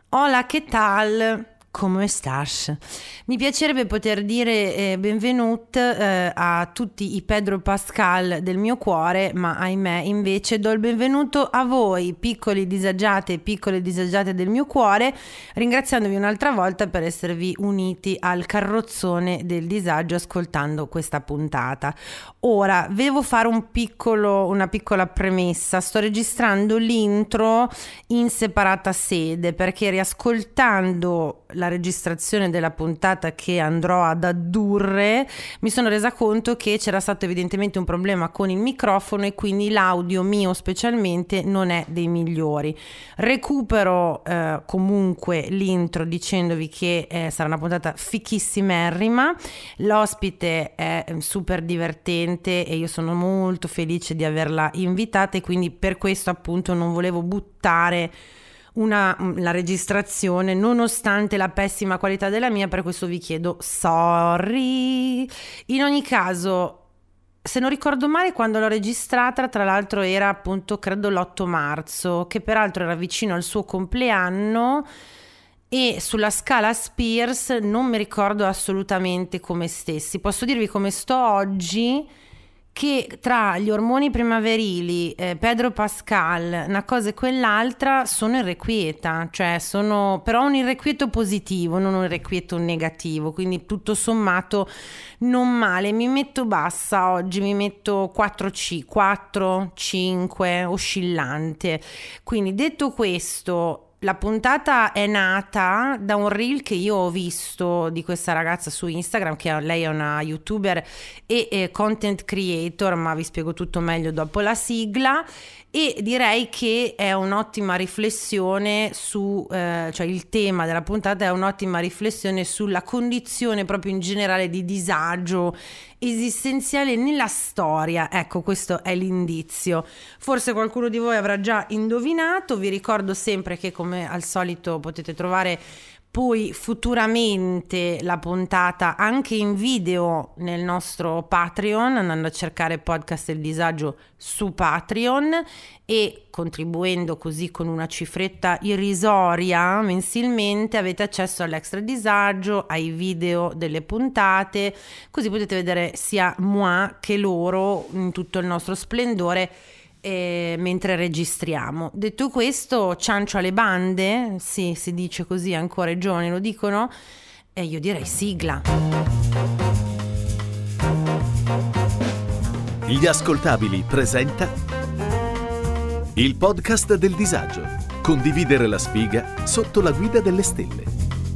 Hola, ¿qué tal? Come estás? Mi piacerebbe poter dire benvenut a tutti i Pedro Pascal del mio cuore, ma ahimè invece do il benvenuto a voi, piccoli disagiate e piccole disagiate del mio cuore, ringraziandovi un'altra volta per esservi uniti al carrozzone del disagio ascoltando questa puntata. Ora, devo fare una piccola premessa. Sto registrando l'intro in separata sede perché riascoltando la registrazione della puntata che andrò ad addurre mi sono resa conto che c'era stato evidentemente un problema con il microfono e quindi l'audio mio specialmente non è dei migliori. Recupero comunque l'intro dicendovi che sarà una puntata fichissimerrima, l'ospite è super divertente e io sono molto felice di averla invitata e quindi per questo appunto non volevo buttare la registrazione nonostante la pessima qualità della mia, per questo vi chiedo sorry. In ogni caso, se non ricordo male, quando l'ho registrata tra l'altro era appunto credo l'8 marzo, che peraltro era vicino al suo compleanno e sulla scala Spears non mi ricordo assolutamente come stessi. Posso dirvi come sto oggi, che tra gli ormoni primaverili, Pedro Pascal, una cosa e quell'altra, sono irrequieta, cioè sono però un irrequieto positivo, non un irrequieto negativo, quindi tutto sommato non male. Mi metto bassa oggi, mi metto 4, 5, oscillante. Quindi detto questo, la puntata è nata da un reel che io ho visto di questa ragazza su Instagram, che lei è una youtuber e content creator, ma vi spiego tutto meglio dopo la sigla, e direi che è un'ottima riflessione cioè il tema della puntata è un'ottima riflessione sulla condizione proprio in generale di disagio esistenziale nella storia. Ecco, questo è l'indizio. Forse qualcuno di voi avrà già indovinato. Vi ricordo sempre che come al solito potete trovare poi futuramente la puntata anche in video nel nostro Patreon, andando a cercare Podcast del Disagio su Patreon e contribuendo così con una cifretta irrisoria mensilmente avete accesso all'extra disagio, ai video delle puntate, così potete vedere sia moi che loro in tutto il nostro splendore mentre registriamo. Detto questo, ciancio alle bande, sì, si dice così, ancora i giovani lo dicono, e io direi sigla. Gli Ascoltabili presenta il podcast del disagio. Condividere la sfiga sotto la guida delle stelle.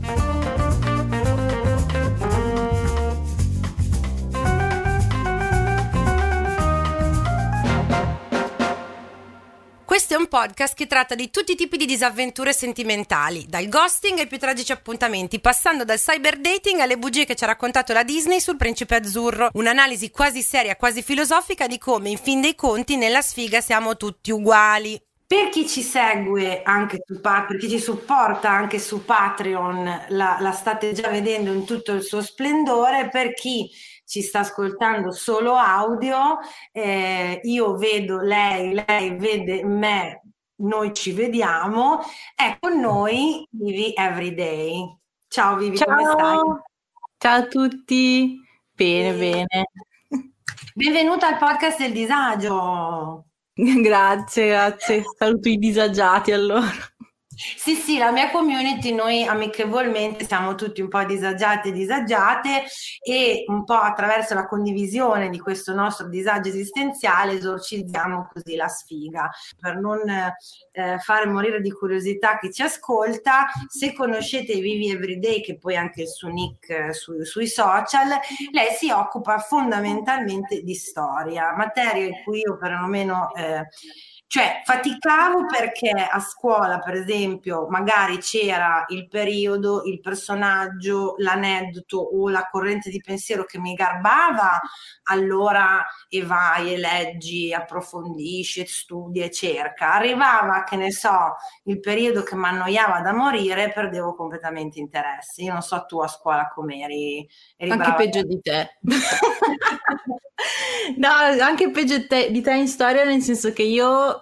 Questo è un podcast che tratta di tutti i tipi di disavventure sentimentali, dal ghosting ai più tragici appuntamenti, passando dal cyberdating alle bugie che ci ha raccontato la Disney sul Principe Azzurro. Un'analisi quasi seria, quasi filosofica di come, in fin dei conti, nella sfiga siamo tutti uguali. Per chi ci segue anche per chi ci supporta anche su Patreon, la state già vedendo in tutto il suo splendore. Per chi ci sta ascoltando solo audio, io vedo lei vede me, noi ci vediamo. È con noi Vivi Everyday. Ciao Vivi, Ciao. come stai? Ciao a tutti, bene, bene. Benvenuta al podcast del disagio. Grazie, saluto i disagiati allora. Sì, la mia community, noi amichevolmente siamo tutti un po' disagiati e disagiate e un po' attraverso la condivisione di questo nostro disagio esistenziale esorcizziamo così la sfiga. Per non fare morire di curiosità chi ci ascolta, se conoscete Vivi Everyday, che poi anche il suo nick sui social, lei si occupa fondamentalmente di storia, materia in cui io perlomeno cioè faticavo perché a scuola, per esempio, magari c'era il periodo, il personaggio, l'aneddoto o la corrente di pensiero che mi garbava, allora e vai e leggi, approfondisci, studi e cerca. Arrivava, che ne so, il periodo che mi annoiava da morire, perdevo completamente interesse. Io non so tu a scuola com'eri. Anche brava? peggio di te. No, anche peggio di te in storia, nel senso che io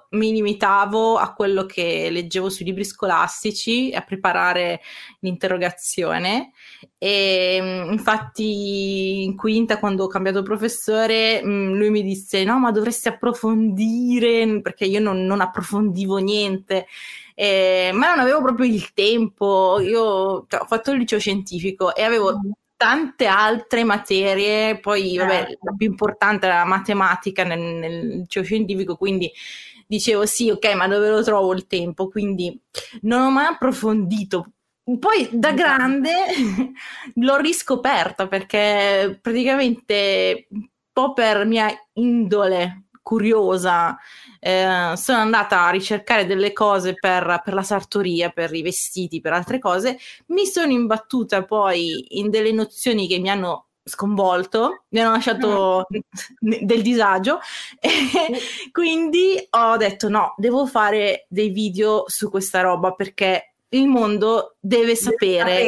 io mi limitavo a quello che leggevo sui libri scolastici, a preparare l'interrogazione, e infatti in quinta, quando ho cambiato professore, lui mi disse: no, ma dovresti approfondire, perché io non approfondivo niente. Ma non avevo proprio il tempo. Io, cioè, ho fatto il liceo scientifico e avevo tante altre materie, poi vabbè, la più importante era la matematica nel liceo scientifico, quindi dicevo sì, ok, ma dove lo trovo il tempo? Quindi non ho mai approfondito. Poi da grande l'ho riscoperta, perché praticamente un po' per mia indole curiosa sono andata a ricercare delle cose per la sartoria, per i vestiti, per altre cose. Mi sono imbattuta poi in delle nozioni che mi hanno sconvolto, mi hanno lasciato del disagio, e quindi ho detto no, devo fare dei video su questa roba, perché il mondo deve sapere.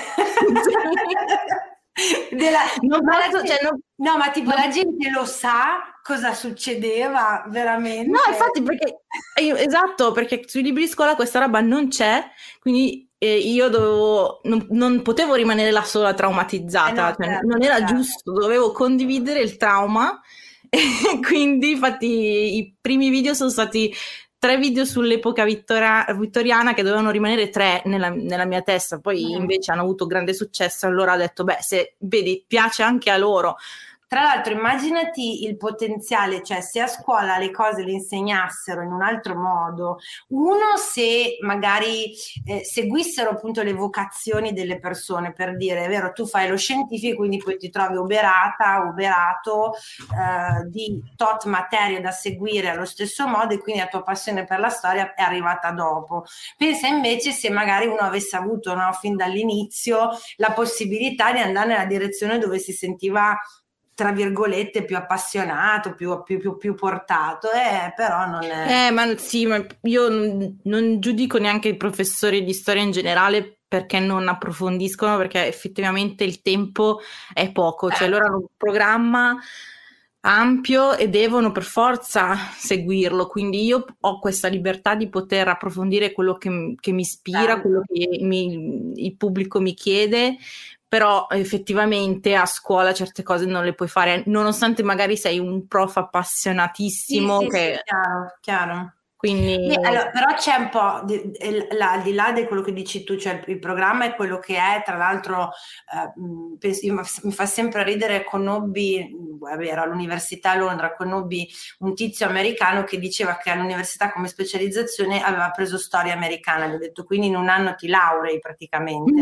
Ma tipo la gente lo sa cosa succedeva veramente? No, infatti, perché esatto, perché sui libri di scuola questa roba non c'è, quindi io non potevo rimanere là sola traumatizzata, certo, non era giusto, dovevo condividere il trauma. E quindi infatti i primi video sono stati 3 video sull'epoca vittoriana, che dovevano rimanere 3 nella mia testa, poi invece hanno avuto grande successo. Allora ho detto, beh, se vedi piace anche a loro. Tra l'altro immaginati il potenziale, cioè se a scuola le cose le insegnassero in un altro modo, uno, se magari seguissero appunto le vocazioni delle persone, per dire, è vero, tu fai lo scientifico, quindi poi ti trovi uberato di tot materie da seguire allo stesso modo, e quindi la tua passione per la storia è arrivata dopo. Pensa invece se magari uno avesse avuto, no, fin dall'inizio la possibilità di andare nella direzione dove si sentiva, tra virgolette, più appassionato, più portato, però non è... Ma sì, ma io non giudico neanche i professori di storia in generale perché non approfondiscono, perché effettivamente il tempo è poco, cioè loro hanno un programma ampio e devono per forza seguirlo, quindi io ho questa libertà di poter approfondire quello che mi ispira, quello che il pubblico mi chiede. Però effettivamente a scuola certe cose non le puoi fare, nonostante magari sei un prof appassionatissimo. Sì, chiaro. Quindi... allora, però c'è un po' al di là di quello che dici tu, cioè il programma è quello che è. Tra l'altro mi fa sempre ridere, ero all'università a Londra, conobbi un tizio americano che diceva che all'università come specializzazione aveva preso storia americana, gli ho detto quindi in un anno ti laurei praticamente.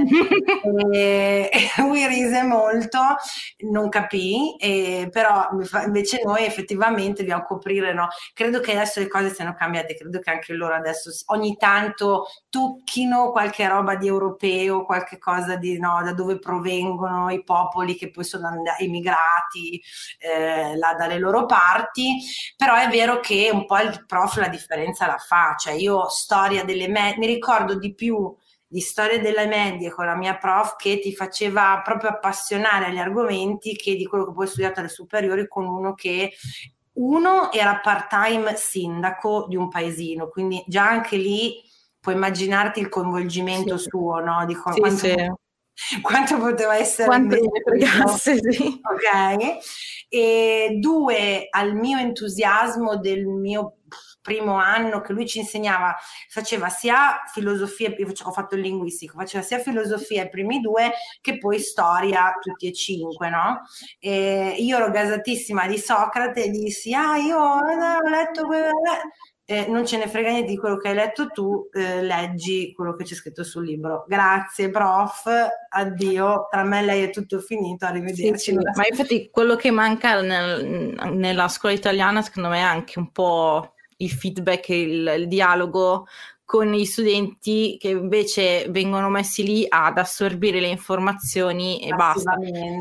E lui rise molto, non capì, però invece noi effettivamente dobbiamo coprire, no? Credo che adesso le cose siano cambiate, credo che anche loro adesso ogni tanto tocchino qualche roba di europeo, qualche cosa di, no, da dove provengono i popoli che poi sono emigrati là dalle loro parti. Però è vero che un po' il prof la differenza la fa, cioè io storia delle mi ricordo di più di storia delle medie con la mia prof, che ti faceva proprio appassionare agli argomenti, che di quello che poi ho studiato alle superiori con uno era part-time sindaco di un paesino, quindi già anche lì puoi immaginarti il coinvolgimento suo, no? Di quanto poteva essere, quanto ne fregasse, sì. Ok. E 2, al mio entusiasmo del mio primo anno, che lui ci insegnava, faceva sia filosofia, ho fatto il linguistico, faceva sia filosofia i primi 2 che poi storia tutti e 5, no? E io ero gasatissima di Socrate e dissi, io ho letto non ce ne frega niente di quello che hai letto tu, leggi quello che c'è scritto sul libro. Grazie prof, addio, tra me e lei è tutto finito, arrivederci. Sì. Ma infatti quello che manca nella scuola italiana secondo me è anche un po' il feedback, il dialogo con gli studenti, che invece vengono messi lì ad assorbire le informazioni e basta.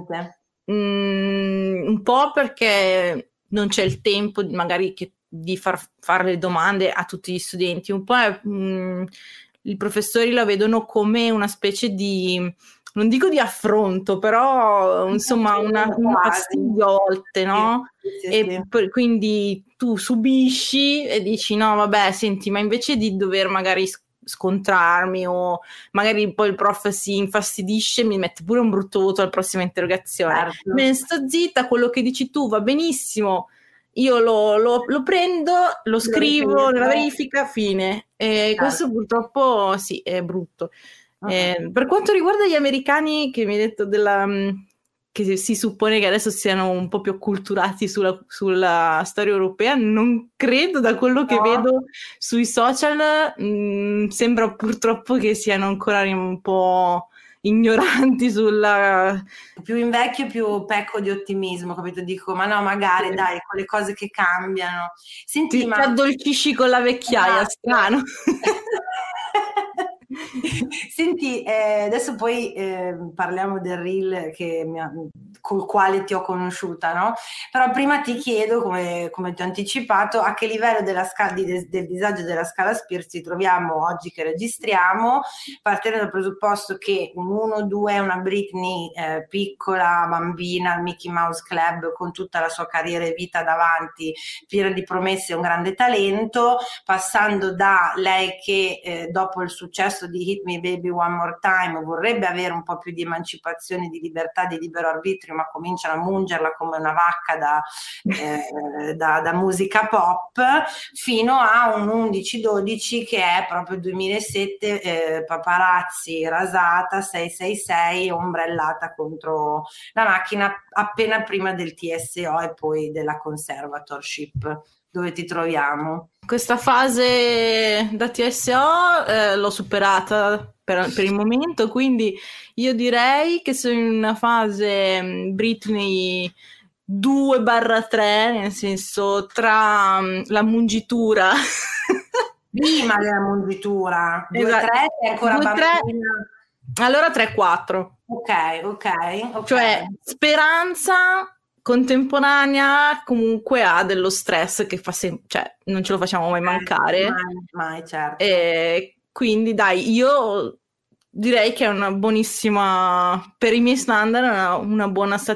Un po' perché non c'è il tempo magari di fare le domande a tutti gli studenti, un po' i professori la vedono come una specie di non dico di affronto, però insomma un fastidio a volte, no? Sì. Quindi tu subisci e dici no vabbè senti, ma invece di dover magari scontrarmi o magari poi il prof si infastidisce e mi mette pure un brutto voto alla prossima interrogazione, certo. Me ne sto zitta, quello che dici tu va benissimo, io lo prendo, lo scrivo nella verifica, fine. Certo. Questo purtroppo sì, è brutto. Per quanto riguarda gli americani, che mi hai detto che si suppone che adesso siano un po' più acculturati sulla storia europea, non credo, da quello che vedo sui social, sembra purtroppo che siano ancora un po' ignoranti sulla... Più invecchio più pecco di ottimismo, capito? Dico, ma no, magari dai, con le cose che cambiano. Senti, ti addolcisci con la vecchiaia, strano. Senti, adesso poi parliamo del reel col quale ti ho conosciuta, no? Però prima ti chiedo, come ti ho anticipato, a che livello del disagio della scala Spears ci troviamo oggi che registriamo, partendo dal presupposto che un 1-2 è una Britney piccola, bambina, al Mickey Mouse Club, con tutta la sua carriera e vita davanti, piena di promesse e un grande talento, passando da lei che dopo il successo di Hit Me Baby One More Time vorrebbe avere un po' più di emancipazione, di libertà, di libero arbitrio, ma cominciano a mungerla come una vacca da musica pop, fino a un 11-12 che è proprio 2007, paparazzi, rasata, 666, ombrellata contro la macchina appena prima del TSO e poi della conservatorship. Dove ti troviamo? Questa fase da TSO l'ho superata per il momento, quindi io direi che sono in una fase Britney 2/3, nel senso tra la mungitura prima della mungitura, 2-3 è ancora 2-3, bambina. Allora 3-4. Ok. Cioè speranza contemporanea comunque ha dello stress che fa cioè non ce lo facciamo mai mancare, mai, certo. Quindi dai, io direi che è una buonissima, per i miei standard, una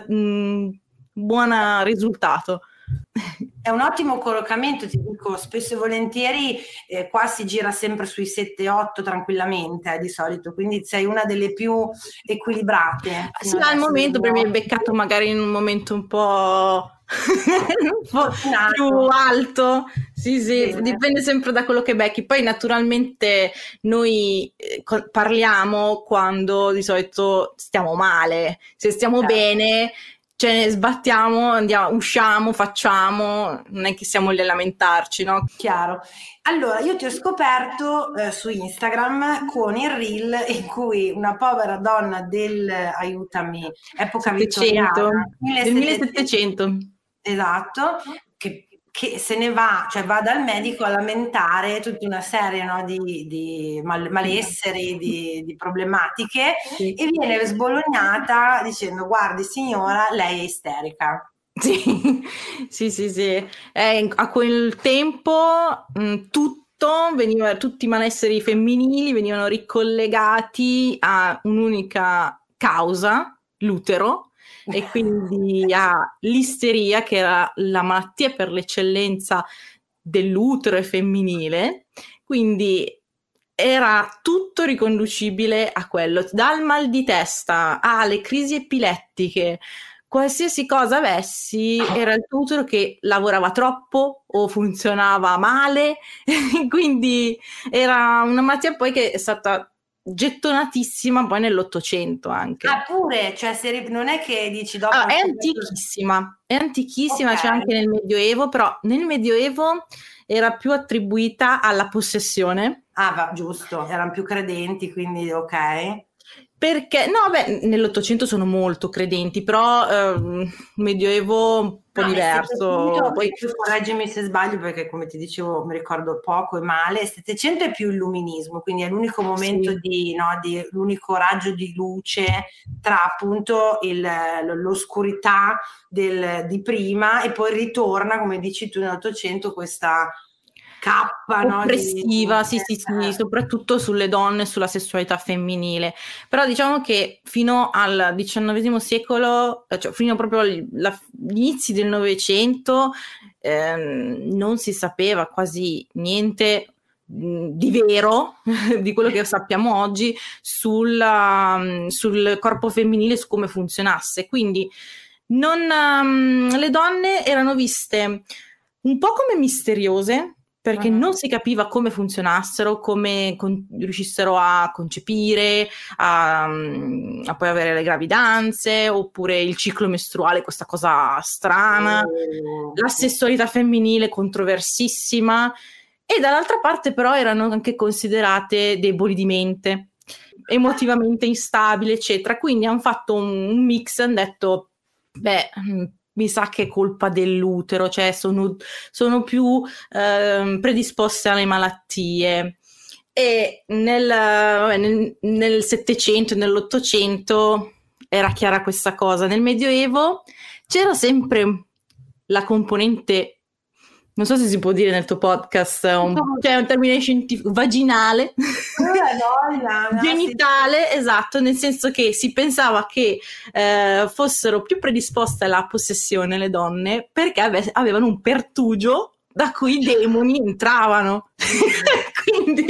buona risultato. È un ottimo collocamento, ti dico, spesso e volentieri qua si gira sempre sui 7-8 tranquillamente di solito, quindi sei una delle più equilibrate. Sì, al momento per me è beccato magari in un momento un po' più alto, sì, dipende sempre da quello che becchi. Poi naturalmente noi parliamo quando di solito stiamo male, se stiamo bene ce ne sbattiamo, andiamo, usciamo, facciamo, non è che siamo lì a lamentarci, no? Chiaro. Allora, io ti ho scoperto su Instagram con il reel in cui una povera donna aiutami, epoca 700, vittoriana, del 1700. Esatto, che se ne va, cioè va dal medico a lamentare tutta una serie, no, di malesseri, di problematiche, e viene sbolognata dicendo: guardi signora, lei è isterica. Sì. A quel tempo tutti i malesseri femminili venivano ricollegati a un'unica causa, l'utero, e quindi all'isteria, che era la malattia per l'eccellenza dell'utero e femminile, quindi era tutto riconducibile a quello, dal mal di testa alle crisi epilettiche, qualsiasi cosa avessi era il tuo utero che lavorava troppo o funzionava male, quindi era una malattia poi che è stata gettonatissima poi nell'Ottocento anche. Pure, cioè non è che dici dopo... è antichissima, okay. C'è anche nel Medioevo, però nel Medioevo era più attribuita alla possessione. Giusto, erano più credenti, quindi ok. Perché, nell'Ottocento sono molto credenti, però Medioevo un po' diverso. Poi correggimi se sbaglio, perché come ti dicevo mi ricordo poco e male. 700 è più illuminismo, quindi è l'unico momento l'unico raggio di luce tra appunto l'oscurità di prima, e poi ritorna, come dici tu, nell'Ottocento questa cappa, no? Oppressiva, sì, soprattutto sulle donne, sulla sessualità femminile. Però diciamo che fino al XIX secolo, cioè fino proprio agli inizi del Novecento, non si sapeva quasi niente di vero di quello che sappiamo oggi sul corpo femminile, su come funzionasse. Quindi le donne erano viste un po' come misteriose, perché non si capiva come funzionassero, come riuscissero a concepire, a poi avere le gravidanze, oppure il ciclo mestruale, questa cosa strana, la sessualità femminile controversissima, e dall'altra parte però erano anche considerate deboli di mente, emotivamente instabili, eccetera. Quindi hanno fatto un mix, hanno detto, beh, mi sa che è colpa dell'utero, cioè sono più predisposte alle malattie. E nel Settecento e nell'Ottocento era chiara questa cosa. Nel Medioevo c'era sempre la componente, non so se si può dire nel tuo podcast, c'è un termine scientifico, vaginale, genitale, esatto, nel senso che si pensava che fossero più predisposte alla possessione le donne perché avevano un pertugio da cui i demoni entravano. Quindi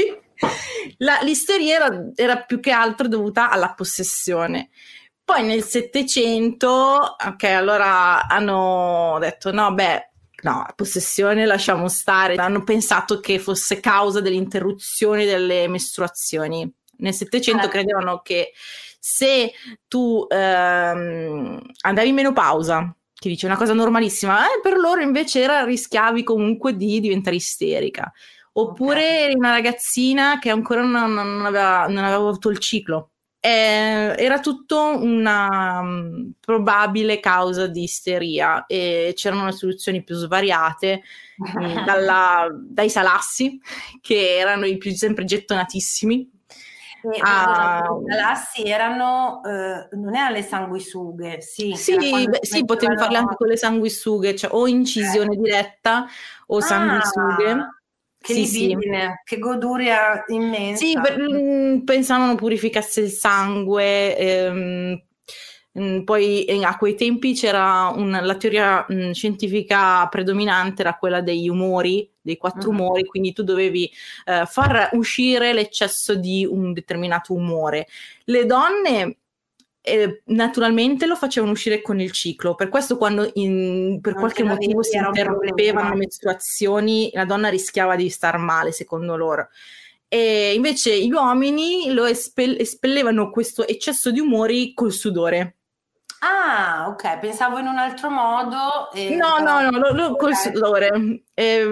l'isteria era più che altro dovuta alla possessione. Poi nel Settecento, ok, allora hanno detto no, la possessione lasciamo stare. Hanno pensato che fosse causa dell'interruzione delle mestruazioni. Nel Settecento credevano che se tu andavi in menopausa, che dice una cosa normalissima, per loro invece rischiavi comunque di diventare isterica. Oppure eri una ragazzina che ancora non aveva avuto il ciclo. Era tutto una probabile causa di isteria, e c'erano le soluzioni più svariate, dai salassi, che erano i più sempre gettonatissimi. I salassi erano non erano le sanguisughe, sì, potevi farle anche con le sanguisughe, cioè o incisione diretta o sanguisughe. Che libidine, che goduria immensa. Sì, pensavano purificasse il sangue. Poi a quei tempi c'era la teoria scientifica predominante era quella degli umori, dei 4 umori, quindi tu dovevi far uscire l'eccesso di un determinato umore. Le donne naturalmente lo facevano uscire con il ciclo, per questo quando per qualche motivo si interrompevano le mestruazioni, la donna rischiava di star male, secondo loro. E invece gli uomini lo espellevano questo eccesso di umori col sudore. Ah, ok, pensavo in un altro modo. No, col sudore,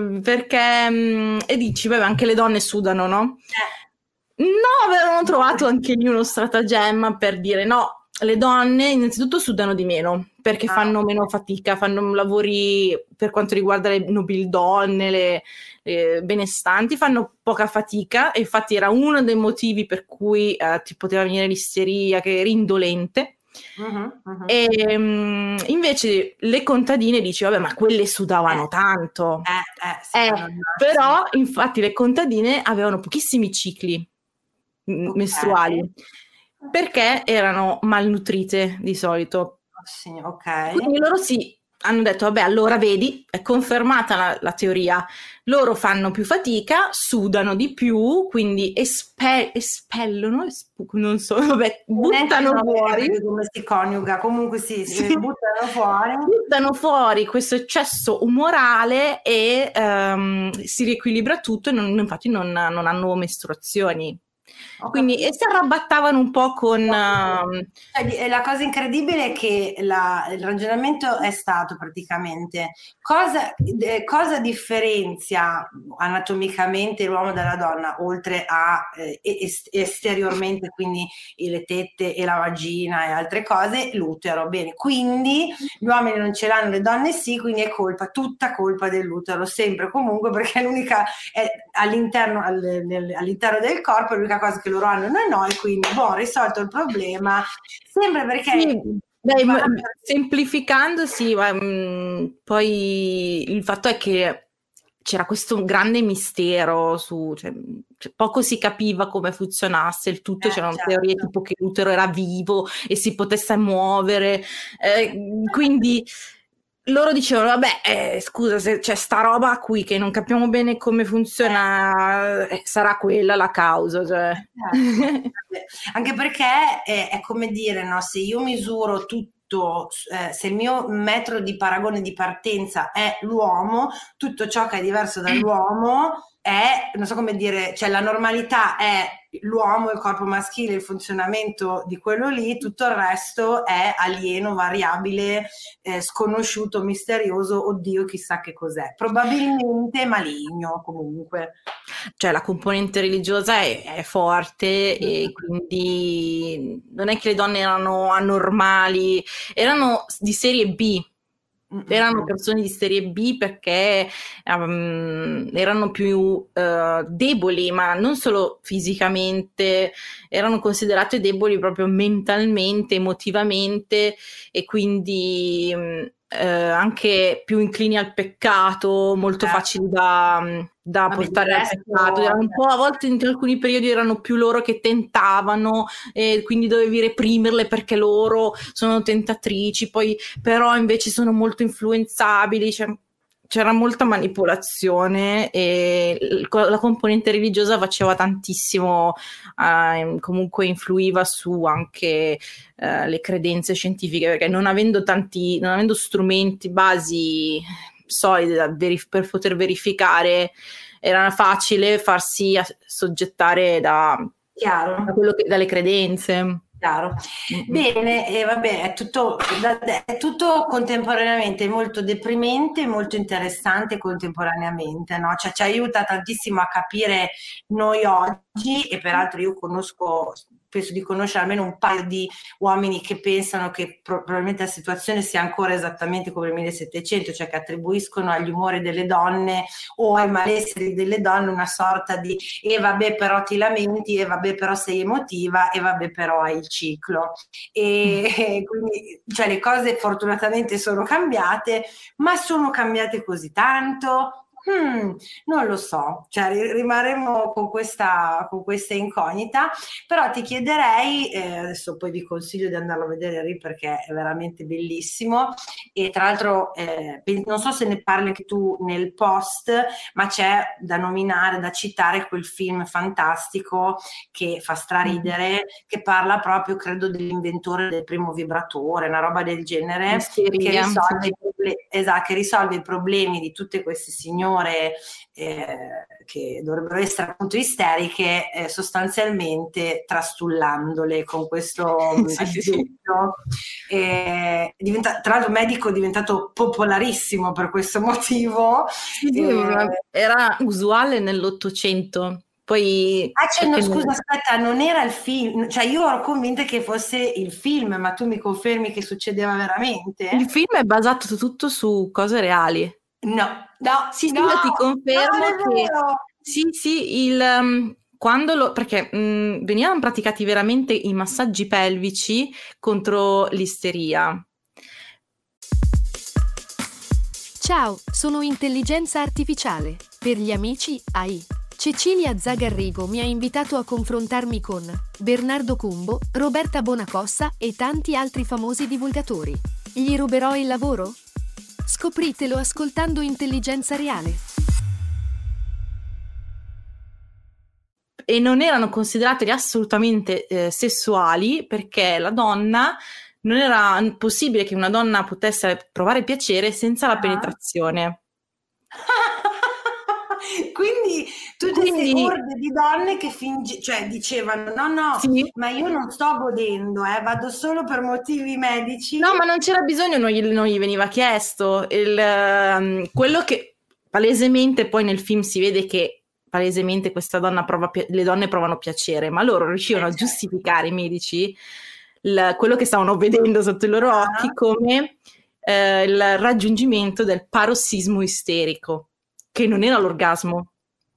perché e dici, beh, anche le donne sudano, no? No, avevano trovato anche lì uno stratagemma per dire no, le donne innanzitutto sudano di meno, perché fanno meno fatica, fanno lavori, per quanto riguarda le nobildonne, le benestanti, fanno poca fatica, e infatti era uno dei motivi per cui ti poteva venire l'isteria, che eri indolente. E invece le contadine dici vabbè, ma quelle sudavano tanto, però infatti le contadine avevano pochissimi cicli mestruali, perché erano malnutrite di solito. Quindi loro hanno detto vabbè, allora vedi, è confermata la teoria, loro fanno più fatica, sudano di più, quindi espellono, non so, vabbè, buttano fuori, come si coniuga, comunque buttano fuori questo eccesso umorale, e si riequilibra tutto, e infatti non hanno mestruazioni. Quindi e si arrabattavano un po' con la cosa incredibile è che il ragionamento è stato praticamente cosa differenzia anatomicamente l'uomo dalla donna, oltre a esteriormente, quindi le tette e la vagina e altre cose, l'utero. Bene, quindi gli uomini non ce l'hanno, le donne sì, quindi è tutta colpa dell'utero, sempre comunque, perché è l'unica all'interno del corpo, è l'unica cosa che loro hanno, noi no, e quindi risolto il problema, sempre perché semplificando poi il fatto è che c'era questo grande mistero cioè, poco si capiva come funzionasse il tutto, c'erano teorie tipo che l'utero era vivo e si potesse muovere, quindi loro dicevano, vabbè, scusa, se c'è sta roba qui che non capiamo bene come funziona, sarà quella la causa. Cioè. Anche perché è come dire, no? Se io misuro tutto, se il mio metro di paragone di partenza è l'uomo, tutto ciò che è diverso dall'uomo è, non so come dire, cioè la normalità è l'uomo, il corpo maschile, il funzionamento di quello lì, tutto il resto è alieno, variabile, sconosciuto, misterioso, oddio chissà che cos'è, probabilmente maligno comunque. Cioè la componente religiosa è forte e quindi non è che le donne erano anormali, erano di serie B. Erano persone di serie B perché erano più deboli, ma non solo fisicamente, erano considerate deboli proprio mentalmente, emotivamente e quindi anche più inclini al peccato, molto facili da portare al peccato. Erano un po', a volte in alcuni periodi erano più loro che tentavano e quindi dovevi reprimerle perché loro sono tentatrici, poi però invece sono molto influenzabili, cioè, c'era molta manipolazione e la componente religiosa faceva tantissimo, comunque influiva su anche le credenze scientifiche, perché non avendo strumenti, basi solide per poter verificare, era facile farsi soggettare dalle credenze. Chiaro. Bene, vabbè, è tutto contemporaneamente molto deprimente, molto interessante contemporaneamente, no? Cioè, ci aiuta tantissimo a capire noi oggi, e peraltro io penso di conoscere almeno un paio di uomini che pensano che probabilmente la situazione sia ancora esattamente come il 1700, cioè che attribuiscono agli umori delle donne o ai malesseri delle donne una sorta di e vabbè però ti lamenti, e vabbè però sei emotiva, e vabbè però hai il ciclo. E quindi cioè, le cose fortunatamente sono cambiate, ma sono cambiate così tanto? Non lo so, cioè rimarremo con questa incognita, però ti chiederei, adesso poi vi consiglio di andarlo a vedere perché è veramente bellissimo, e tra l'altro non so se ne parli anche tu nel post, ma c'è da nominare, da citare quel film fantastico che fa straridere, che parla proprio, credo, dell'inventore del primo vibratore, una roba del genere, che risolve i problemi di tutte queste signore che dovrebbero essere appunto isteriche, sostanzialmente trastullandole con questo aggetto. Tra l'altro medico diventato popolarissimo per questo motivo. Era usuale nell'Ottocento. Poi scusa, aspetta, non era il film, cioè io ero convinta che fosse il film, ma tu mi confermi che succedeva veramente? Il film è basato tutto su cose reali. No, io ti confermo che perché venivano praticati veramente i massaggi pelvici contro l'isteria. Ciao, sono intelligenza artificiale. Per gli amici AI. Cecilia Zagarrigo mi ha invitato a confrontarmi con Bernardo Cumbo, Roberta Bonacossa e tanti altri famosi divulgatori. Gli ruberò il lavoro? Scopritelo ascoltando Intelligenza Reale. E non erano considerate assolutamente sessuali, perché la donna non era possibile che una donna potesse provare piacere senza la penetrazione. Quindi tutte queste orde di donne che cioè dicevano no, sì, ma io non sto godendo, vado solo per motivi medici. No, ma non c'era bisogno, non gli veniva chiesto. Quello che palesemente poi nel film si vede che palesemente questa donna le donne provano piacere, ma loro riuscivano a giustificare, i medici, quello che stavano vedendo sotto i loro occhi come il raggiungimento del parossismo isterico, che non era l'orgasmo.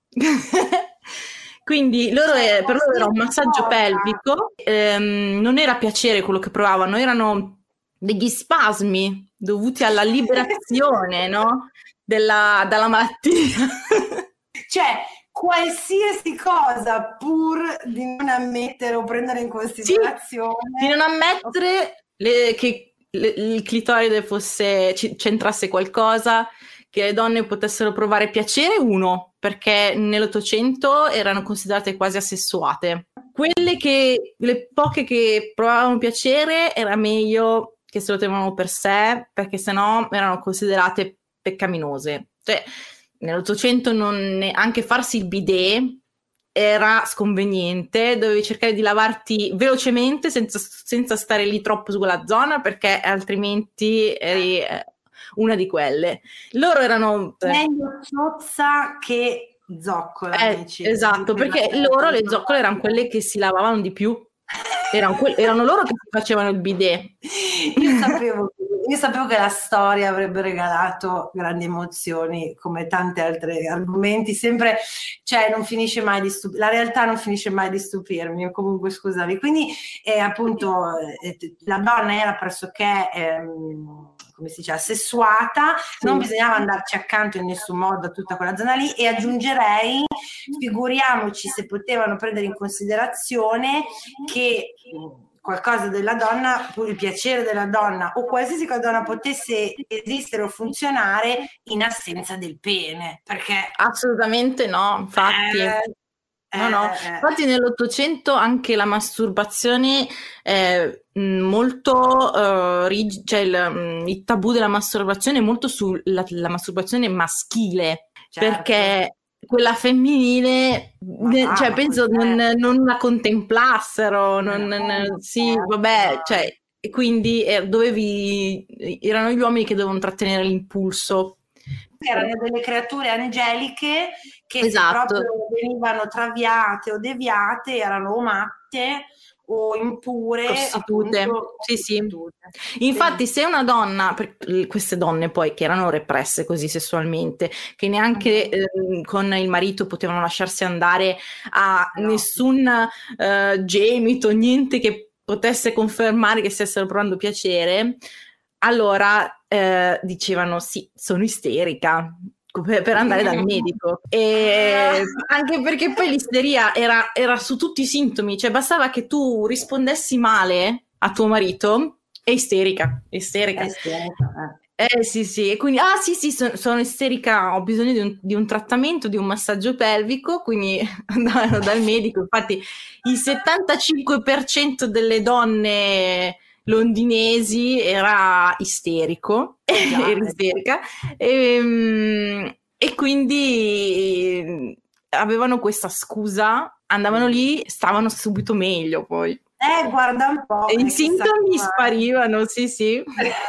Quindi per loro era un massaggio pelvico, non era piacere quello che provavano, erano degli spasmi dovuti alla liberazione, no? dalla malattia. Cioè, qualsiasi cosa pur di non ammettere o prendere in considerazione. Sì, di non ammettere che il clitoride c'entrasse qualcosa, che le donne potessero provare piacere, perché nell'Ottocento erano considerate quasi assessuate. Le poche che provavano piacere era meglio che se lo tenevano per sé, perché sennò erano considerate peccaminose. Cioè, nell'Ottocento anche farsi il bidet era sconveniente, dovevi cercare di lavarti velocemente senza stare lì troppo su quella zona, perché altrimenti eri una di quelle. Loro erano meglio ciozza che zoccola, amici. Esatto, perché le zoccole erano quelle che si lavavano di più. Erano loro che facevano il bidet. Io sapevo che la storia avrebbe regalato grandi emozioni, come tanti altri argomenti, sempre, cioè non finisce mai di la realtà non finisce mai di stupirmi, comunque scusami. Quindi appunto la donna era pressoché come si dice, assessuata, non bisognava andarci accanto in nessun modo a tutta quella zona lì, e aggiungerei, figuriamoci se potevano prendere in considerazione che qualcosa della donna, il piacere della donna o qualsiasi cosa donna potesse esistere o funzionare in assenza del pene, perché assolutamente no, infatti infatti nell'Ottocento anche la masturbazione molto cioè il tabù della masturbazione è molto sulla masturbazione maschile, certo. Perché quella femminile, cioè penso non la contemplassero, sì, vabbè, cioè, e quindi erano gli uomini che dovevano trattenere l'impulso. Erano delle creature angeliche che esatto. se proprio venivano traviate o deviate erano o matte o impure, prostitute. Sì. Infatti se una donna, queste donne poi che erano represse così sessualmente, che neanche con il marito potevano lasciarsi andare a nessun gemito, niente che potesse confermare che stessero provando piacere, allora dicevano sì, sono isterica, per andare dal medico, e anche perché poi l'isteria era su tutti i sintomi, cioè bastava che tu rispondessi male a tuo marito e isterica. Sì, e quindi sì, sono isterica, ho bisogno di un trattamento, di un massaggio pelvico, quindi andavano dal medico. Infatti il 75% delle donne londinesi era isterico, era isterica, e quindi avevano questa scusa, andavano lì, stavano subito meglio poi. Guarda un po'. E i sintomi sparivano, sì.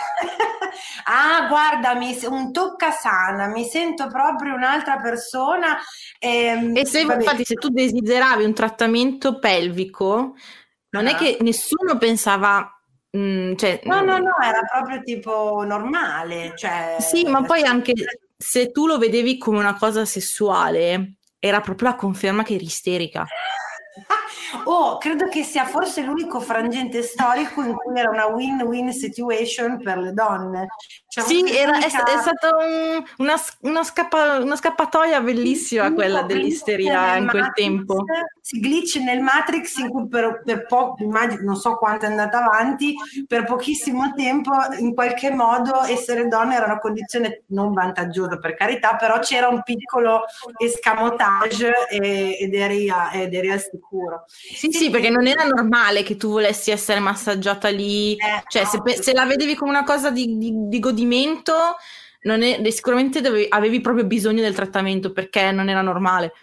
Guarda, un toccasana, mi sento proprio un'altra persona. E infatti se tu desideravi un trattamento pelvico, non è che nessuno pensava... No, era proprio tipo normale, cioè... Sì, ma poi anche se tu lo vedevi come una cosa sessuale, era proprio la conferma che eri isterica. Credo che sia forse l'unico frangente storico in cui era una win-win situation per le donne. Cioè, sì, è stata una scappatoia bellissima quella dell'isteria in quel tempo. Si glitch nel Matrix in cui per poco, immagino, non so quanto è andata avanti, per pochissimo tempo in qualche modo essere donna era una condizione non vantaggiosa, per carità, però c'era un piccolo escamotage ed eri al sicuro. Sì, perché non era normale che tu volessi essere massaggiata lì, cioè se la vedevi come una cosa di godimento, sicuramente avevi proprio bisogno del trattamento, perché non era normale.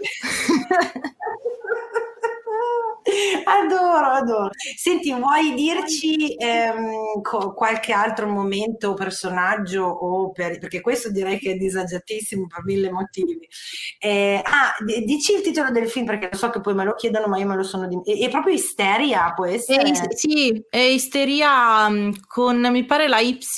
Adoro. Senti, vuoi dirci qualche altro momento o personaggio perché questo direi che è disagiatissimo per 1000 motivi. Dici il titolo del film, perché so che poi me lo chiedono, ma io me lo sono è proprio Isteria, può essere? Sì, è Isteria con, mi pare, la Y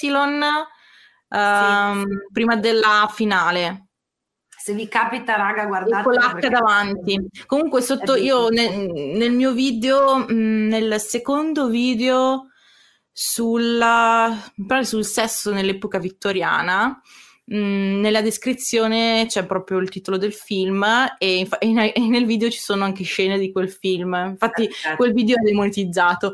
prima della finale. Se vi capita, raga, guardate con l'H davanti. Comunque sotto io nel mio video, nel secondo video sul sesso nell'epoca vittoriana, Nella descrizione c'è proprio il titolo del film e nel video ci sono anche scene di quel film. Infatti quel video è demonetizzato.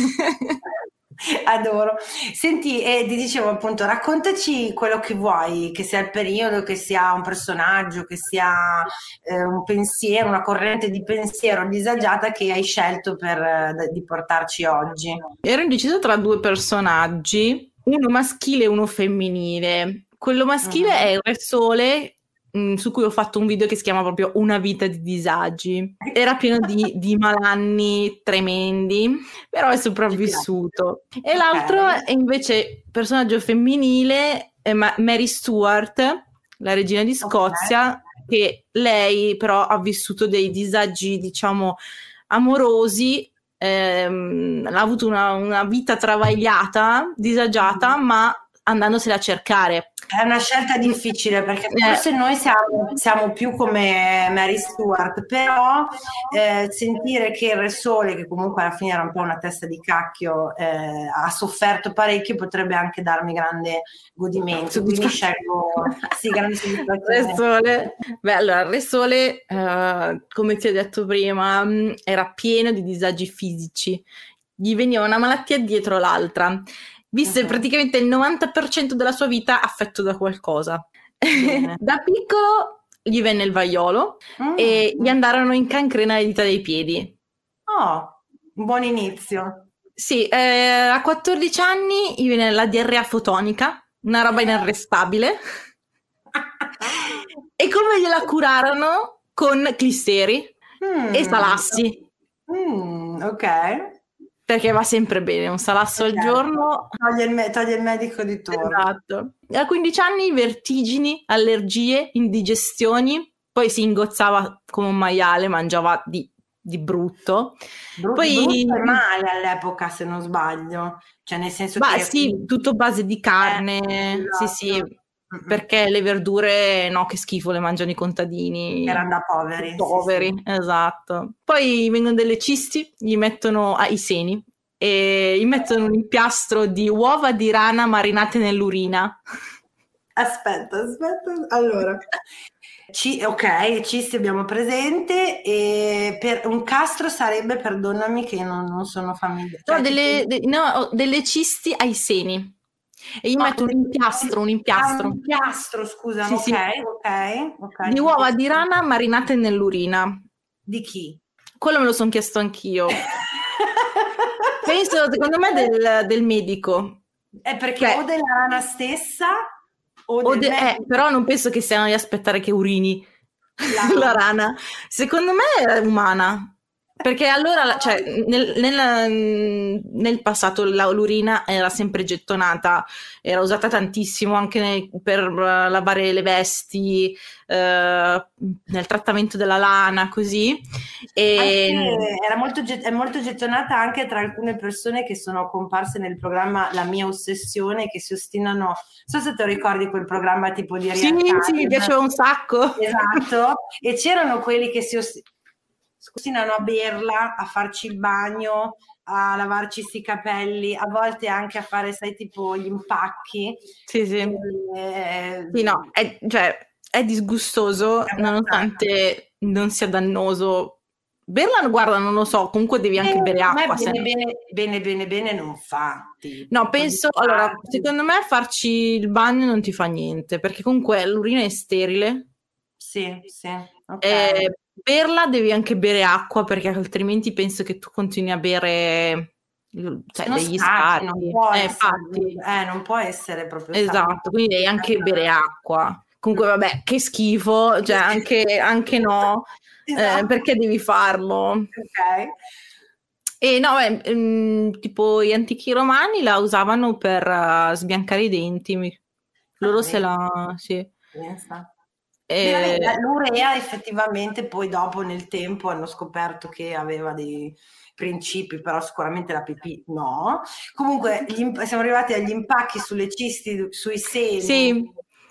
Adoro. Senti, ti dicevo appunto, raccontaci quello che vuoi, che sia il periodo, che sia un personaggio, che sia un pensiero, una corrente di pensiero disagiata che hai scelto di portarci oggi. Ero indecisa tra due personaggi, uno maschile e uno femminile. Quello maschile è il Re Sole, su cui ho fatto un video che si chiama proprio Una vita di disagi. Era pieno di malanni tremendi, però è sopravvissuto. E l'altro è invece personaggio femminile, è Mary Stuart, la regina di Scozia, che lei però ha vissuto dei disagi, diciamo, amorosi, ha avuto una vita travagliata, disagiata, ma andandosela a cercare. È una scelta difficile perché forse noi siamo più come Mary Stuart, però sentire che il Re Sole, che comunque alla fine era un po' una testa di cacchio, ha sofferto parecchio, potrebbe anche darmi grande godimento, quindi scelgo grande soddisfazione. Re Sole. Beh, allora, il Re Sole, come ti ho detto prima, era pieno di disagi fisici, gli veniva una malattia dietro l'altra. Visse praticamente il 90% della sua vita affetto da qualcosa. Da piccolo gli venne il vaiolo e gli andarono in cancrena le dita dei piedi. Oh, un buon inizio. Sì, a 14 anni gli venne la diarrea fotonica, una roba inarrestabile. E come gliela curarono? Con clisteri e salassi. Ok. Perché va sempre bene, un salasso al giorno. Toglie il medico di turno. Esatto. A 15 anni vertigini, allergie, indigestioni, poi si ingozzava come un maiale, mangiava di brutto. Poi brutto e male all'epoca, se non sbaglio. Cioè nel senso che... Sì, tutto base di carne, esatto. Sì. Perché le verdure, no, che schifo, le mangiano i contadini. Erano da poveri. Sì. Esatto. Poi vengono delle cisti, gli mettono ai seni e gli mettono un impiastro di uova di rana marinate nell'urina. Aspetta. Allora, cisti abbiamo presente, e per un castro sarebbe, perdonami che non sono familiare. No, delle cisti ai seni. E gli metto un impiastro. Un impiastro, scusa, sì, ok. Di uova di rana marinate nell'urina. Di chi? Quello me lo sono chiesto anch'io. Penso, secondo me, del medico. È perché o della rana stessa o però non penso che siano di aspettare che urini la rana. Secondo me è umana. Perché allora, cioè, nel passato l'urina era sempre gettonata, era usata tantissimo anche per lavare le vesti, nel trattamento della lana, così. E è molto gettonata anche tra alcune persone che sono comparse nel programma La mia ossessione, che si ostinano, non so se te lo ricordi quel programma tipo di Sì, mi piaceva un sacco. Esatto, e c'erano quelli che si ostinano a berla, a farci il bagno, a lavarci i capelli, a volte anche a fare, sai, tipo gli impacchi. Sì. Sì, no, è disgustoso, nonostante non sia dannoso. Berla, guarda, non lo so, comunque devi anche bere acqua. Bene non fa. No, penso, allora, secondo me farci il bagno non ti fa niente, perché comunque l'urina è sterile. Sì, ok. Berla devi anche bere acqua, perché altrimenti penso che tu continui a bere degli scarti. Non può essere proprio esatto, quindi devi anche bere acqua. Comunque vabbè, che schifo, cioè anche no, esatto. Perché devi farlo? Ok. E no, tipo gli antichi romani la usavano per sbiancare i denti. Loro sì. L'urea effettivamente poi dopo nel tempo hanno scoperto che aveva dei principi, però sicuramente la pipì no. Comunque siamo arrivati agli impacchi sulle cisti, sui seni. Sì.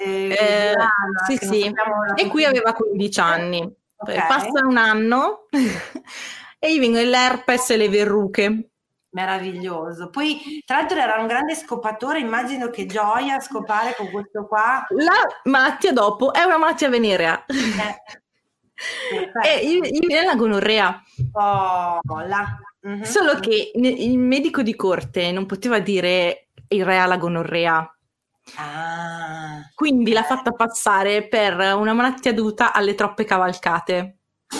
Sì. E qui aveva 15 anni. Okay. Passa un anno e gli vengono l'herpes e le verruche. Meraviglioso. Poi, tra l'altro, era un grande scopatore. Immagino che gioia scopare con questo qua. La malattia dopo è una malattia venerea. E gli viene la gonorrea. Oh, là. Solo che il medico di corte non poteva dire il re ha la gonorrea. Quindi l'ha fatta passare per una malattia dovuta alle troppe cavalcate.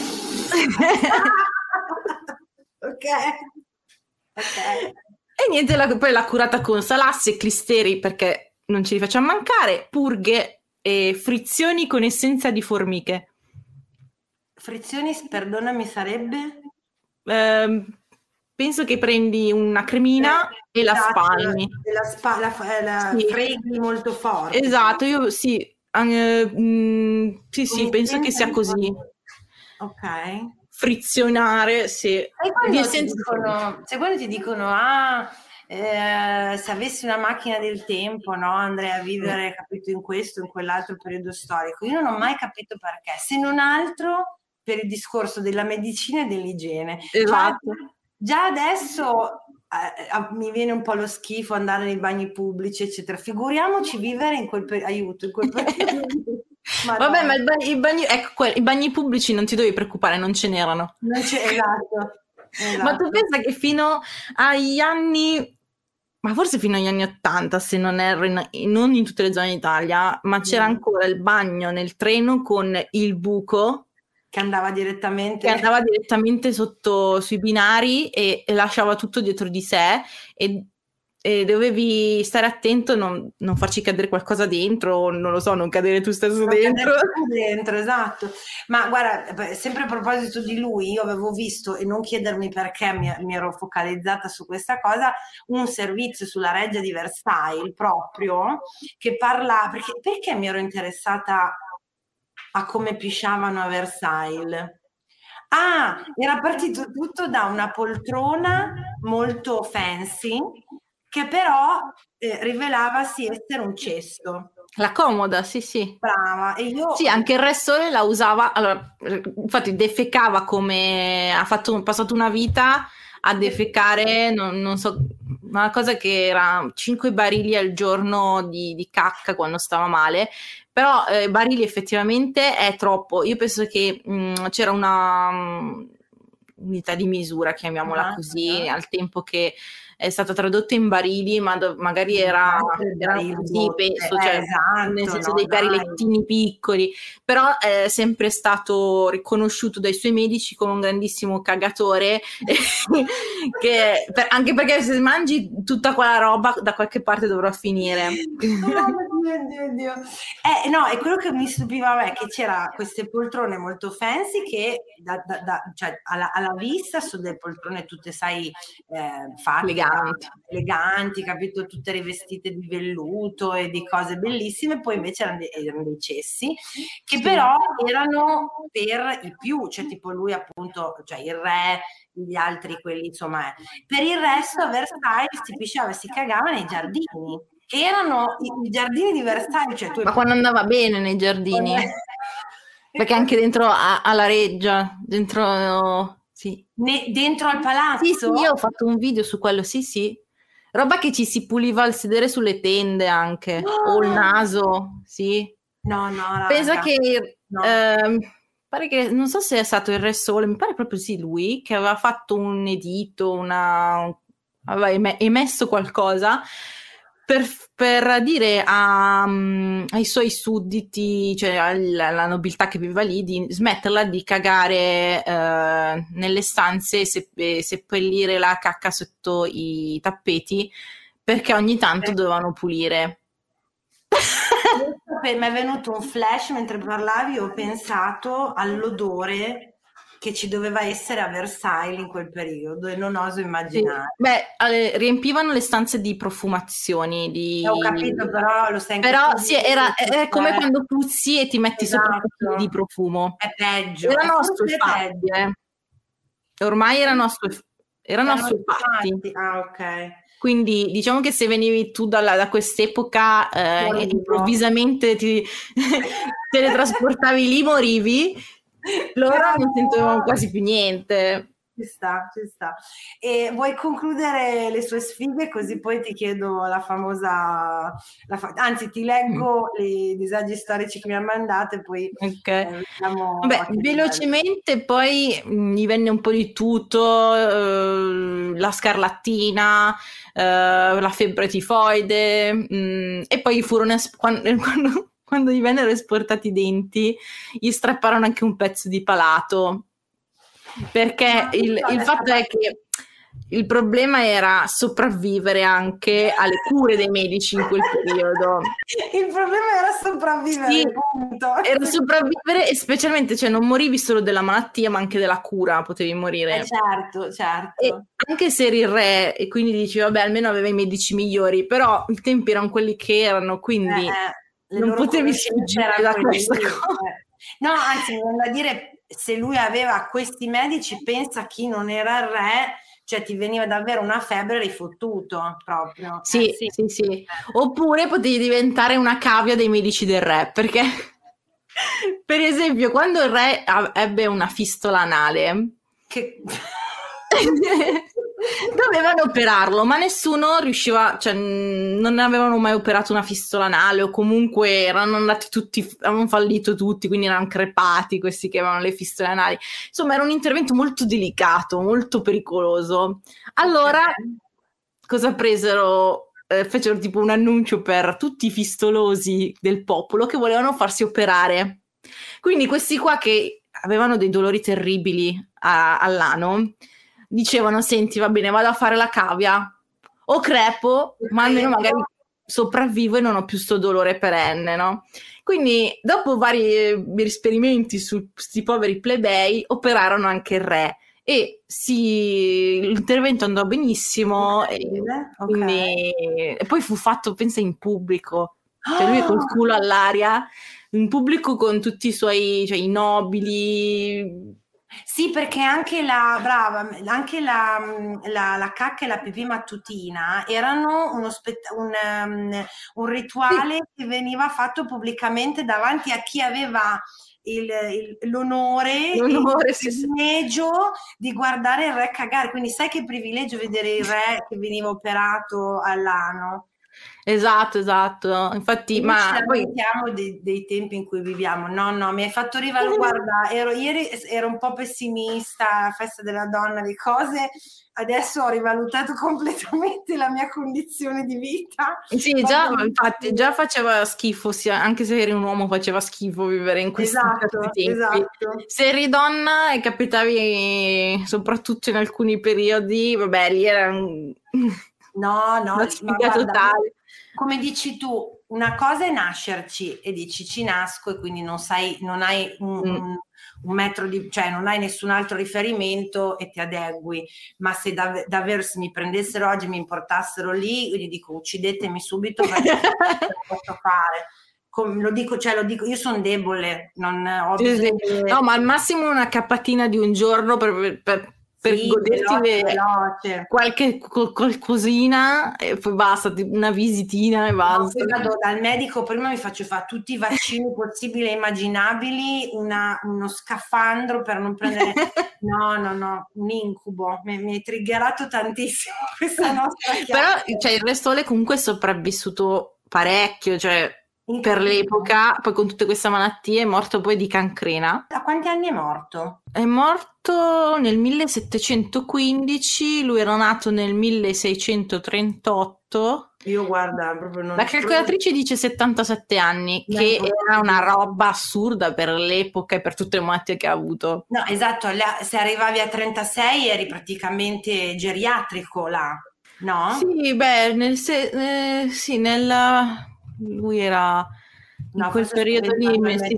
Ok. E niente, poi l'ha curata con salassi e clisteri, perché non ce li facciamo mancare, purghe e frizioni con essenza di formiche. Frizioni, perdonami, sarebbe? Penso che prendi una cremina e la spalmi. La Sì. freghi molto forte. Esatto, io sì, sì, penso che sia così. Ok. Frizionare, sì. E quando ti dicono, se avessi una macchina del tempo, no, andrei a vivere, capito, in questo, in quell'altro periodo storico. Io non ho mai capito perché, se non altro per il discorso della medicina e dell'igiene. Esatto. Già adesso mi viene un po' lo schifo andare nei bagni pubblici, eccetera. Figuriamoci vivere in quel periodo. Vabbè, ma i bagni pubblici non ti devi preoccupare, non ce n'erano. Esatto. Ma tu pensa che fino agli anni, ma forse fino agli anni 80, se non erro, non in tutte le zone d'Italia, ma c'era ancora il bagno nel treno con il buco che andava direttamente sui binari e lasciava tutto dietro di sé e dovevi stare attento non farci cadere qualcosa dentro, non lo so, non cadere tu stesso dentro, esatto. Ma guarda, sempre a proposito di lui, io avevo visto, e non chiedermi perché mi ero focalizzata su questa cosa, un servizio sulla Reggia di Versailles proprio, che parla, perché mi ero interessata a come pisciavano a Versailles. Era partito tutto da una poltrona molto fancy, che però rivelavasi essere un cesto. La comoda, sì. Brava. E io... Sì, anche il Re Sole la usava, allora, infatti defecava come passato una vita a defecare, non so, una cosa che era 5 barili al giorno di cacca quando stava male, però barili effettivamente è troppo. Io penso che c'era una unità di misura, chiamiamola così, al tempo che è stata tradotta in barili, ma magari era così, penso, cioè, esatto, nel senso dei barilettini piccoli, però è sempre stato riconosciuto dai suoi medici come un grandissimo cagatore, anche perché se mangi tutta quella roba da qualche parte dovrà finire. Dio. No, e quello che mi stupiva a me è che c'era queste poltrone molto fancy che cioè, alla vista sono delle poltrone tutte, sai, fatte eleganti, capito, tutte rivestite di velluto e di cose bellissime. Poi invece erano dei cessi che però erano per i più, cioè tipo lui appunto, cioè il re, gli altri quelli, insomma, per il resto a Versailles si pisciava e si cagava nei giardini, che erano i giardini di Versailles, cioè ma quando andava bene nei giardini perché anche dentro alla Reggia, dentro dentro al palazzo, sì, io ho fatto un video su quello, sì, roba che ci si puliva il sedere sulle tende anche, o il naso, sì. No, pensa che pare che, non so se è stato il Re Sole, mi pare proprio sì, lui che aveva fatto un editto, aveva emesso qualcosa per dire ai suoi sudditi, cioè alla nobiltà che viveva lì, di smetterla di cagare nelle stanze e seppellire la cacca sotto i tappeti, perché ogni tanto dovevano pulire. Mi è venuto un flash mentre parlavi, ho pensato all'odore che ci doveva essere a Versailles in quel periodo e non oso immaginare. Sì. Beh, riempivano le stanze di profumazioni. Ho capito, però lo stai sì, è come quando puzzi e ti metti sopra di profumo. È peggio. Erano assuefatti. Ormai erano assuefatti. Ok. Quindi diciamo che se venivi tu da quest'epoca e improvvisamente ti teletrasportavi lì, morivi, loro non sentivano quasi più niente. Ci sta. E vuoi concludere le sue sfighe, così poi ti chiedo la famosa, anzi ti leggo i disagi storici che mi ha mandato e poi vediamo. Vabbè, velocemente poi gli venne un po' di tutto, la scarlattina, la febbre tifoide, e poi furono quando gli vennero esportati i denti, gli strapparono anche un pezzo di palato, perché il fatto è che il problema era sopravvivere anche alle cure dei medici in quel periodo. Il problema era sopravvivere, sì, punto. Era sopravvivere, e specialmente, cioè, non morivi solo della malattia, ma anche della cura potevi morire. Certo. E anche se eri il re, e quindi dici, vabbè, almeno aveva i medici migliori, però i tempi erano quelli che erano, quindi non potevi sfuggire da questa cosa. No, anzi, mi viene da dire, se lui aveva questi medici, pensa a chi non era il re, cioè ti veniva davvero una febbre, eri fottuto proprio. Sì. Oppure potevi diventare una cavia dei medici del re, perché per esempio quando il re ebbe una fistola anale, che dovevano operarlo, ma nessuno riusciva, cioè non avevano mai operato una fistola anale, o comunque erano andati tutti, avevano fallito tutti, quindi erano crepati questi che avevano le fistole anali. Insomma, era un intervento molto delicato, molto pericoloso. Allora, cosa presero? Fecero tipo un annuncio per tutti i fistolosi del popolo che volevano farsi operare. Quindi questi qua che avevano dei dolori terribili all'ano dicevano: senti, va bene, vado a fare la cavia o crepo, ma almeno magari sopravvivo e non ho più sto dolore perenne, no? Quindi dopo vari esperimenti su questi poveri plebei operarono anche il re e l'intervento andò benissimo, e poi fu fatto, pensa, in pubblico, cioè lui col culo all'aria, in pubblico con tutti i suoi, cioè i nobili. Sì, perché anche la cacca e la pipì mattutina erano un rituale che veniva fatto pubblicamente davanti a chi aveva l'onore e il privilegio di guardare il re cagare. Quindi sai che privilegio vedere il re che veniva operato all'ano. Esatto, infatti, ma poi lamentiamo dei tempi in cui viviamo. No, mi hai fatto rivalutare. Guarda, ieri ero un po' pessimista, festa della donna, le cose, adesso ho rivalutato completamente la mia condizione di vita. Sì, infatti già faceva schifo, anche se eri un uomo faceva schifo vivere in questi tempi. Esatto. Se eri donna e capitavi soprattutto in alcuni periodi, vabbè, lì era una sfiga totale. Come dici tu, una cosa è nascerci e dici ci nasco e quindi non hai un metro cioè non hai nessun altro riferimento e ti adegui, ma se davvero se mi prendessero oggi e mi portassero lì, io gli dico uccidetemi subito perché non posso fare. Lo dico, io sono debole, non ho bisogno. No, ma al massimo una cappatina di un giorno per goderti qualche qualcosina e poi basta, una visitina e basta. Poi vado dal medico, prima mi faccio fare tutti i vaccini possibili e immaginabili, uno scafandro per non prendere no, un incubo. Mi hai triggerato tantissimo questa nostra chiacchiera. Però cioè, il Re Sole comunque è sopravvissuto parecchio, cioè per l'epoca, poi con tutte queste malattie è morto poi di cancrena. A quanti anni è morto? È morto nel 1715, lui era nato nel 1638. Io guarda, proprio non... La calcolatrice dice 77 anni, che era una roba assurda per l'epoca e per tutte le malattie che ha avuto. No, esatto, se arrivavi a 36 eri praticamente geriatrico là, no? Sì, beh, lui era in quel periodo lì,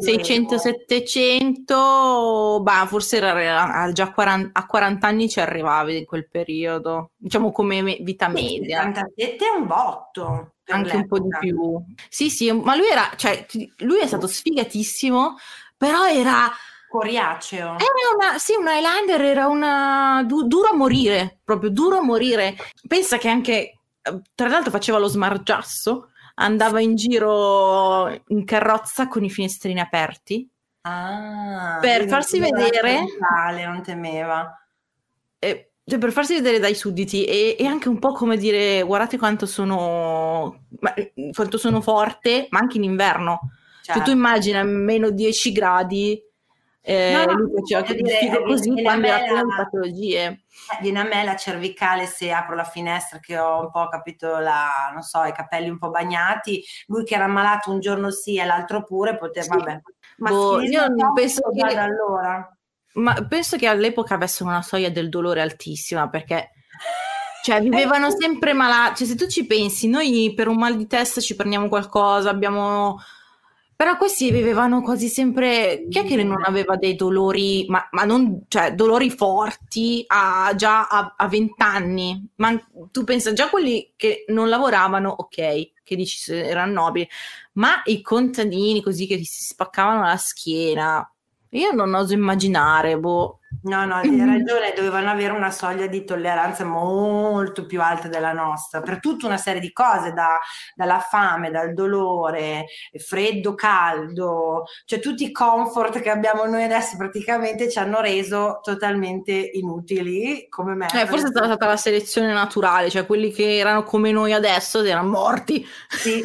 600-700, forse era già a 40 anni ci arrivavi in quel periodo, diciamo come vita media. 77 è un botto. Anche l'epoca. Un po' di più. Sì, ma lui lui è stato sfigatissimo, però era... coriaceo. Era un Highlander, era duro a morire, proprio duro a morire. Pensa che anche, tra l'altro faceva lo smargiasso, andava in giro in carrozza con i finestrini aperti per farsi vedere. Non temeva. cioè, per farsi vedere dai sudditi e anche un po' come dire guardate quanto sono forte, ma anche in inverno. Cioè tu immagina meno 10 gradi, lui faceva il figo così quando era pieno di patologie. Viene a me la cervicale se apro la finestra che ho un po' capito non so, i capelli un po' bagnati, lui che era ammalato un giorno sì e l'altro pure poteva, vabbè. Ma io penso che da allora. Ma penso che all'epoca avessero una soglia del dolore altissima, perché cioè vivevano sempre malati. Cioè, se tu ci pensi, noi per un mal di testa ci prendiamo qualcosa, però questi vivevano quasi sempre. Chi è che non aveva dei dolori, ma non, cioè, dolori forti già a 20 anni? Ma tu pensa, già quelli che non lavoravano, ok, che dici erano nobili, ma i contadini così che si spaccavano la schiena, io non oso immaginare, boh. No, hai ragione, dovevano avere una soglia di tolleranza molto più alta della nostra, per tutta una serie di cose, dalla fame, dal dolore, freddo, caldo, cioè tutti i comfort che abbiamo noi adesso praticamente ci hanno reso totalmente inutili, come me. Forse è stata la selezione naturale, cioè quelli che erano come noi adesso erano morti. Sì.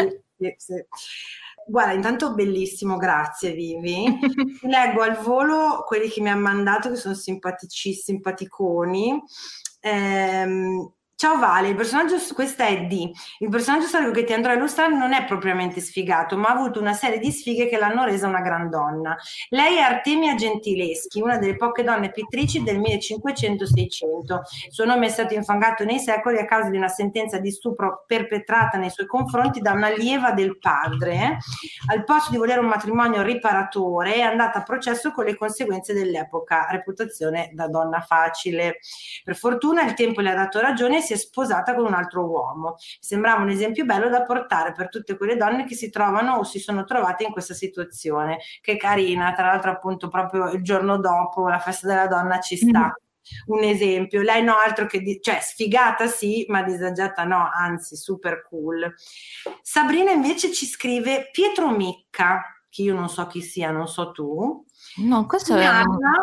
Guarda, intanto bellissimo, grazie Vivi. Leggo al volo quelli che mi hanno mandato, che sono simpaticoni. Ciao Vale, questa è D. Il personaggio storico che ti andrò a illustrare non è propriamente sfigato, ma ha avuto una serie di sfighe che l'hanno resa una gran donna. Lei è Artemia Gentileschi, una delle poche donne pittrici del 1500-600. Il suo nome è stato infangato nei secoli a causa di una sentenza di stupro perpetrata nei suoi confronti da un'allieva del padre. Al posto di volere un matrimonio riparatore, è andata a processo con le conseguenze dell'epoca, reputazione da donna facile. Per fortuna il tempo le ha dato ragione e si è sposata con un altro uomo. Mi sembrava un esempio bello da portare per tutte quelle donne che si trovano o si sono trovate in questa situazione. Che carina, tra l'altro appunto proprio il giorno dopo la festa della donna ci sta. Un esempio, lei no altro che cioè sfigata sì, ma disagiata no, anzi super cool. Sabrina invece ci scrive Pietro Micca, che io non so chi sia, non so tu. No, questo si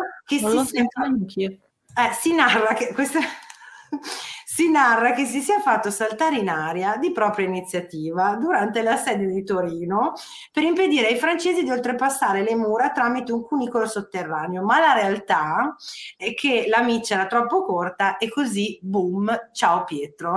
narra che si sia fatto saltare in aria di propria iniziativa durante l'assedio di Torino per impedire ai francesi di oltrepassare le mura tramite un cunicolo sotterraneo, ma la realtà è che la miccia era troppo corta e così boom, ciao Pietro.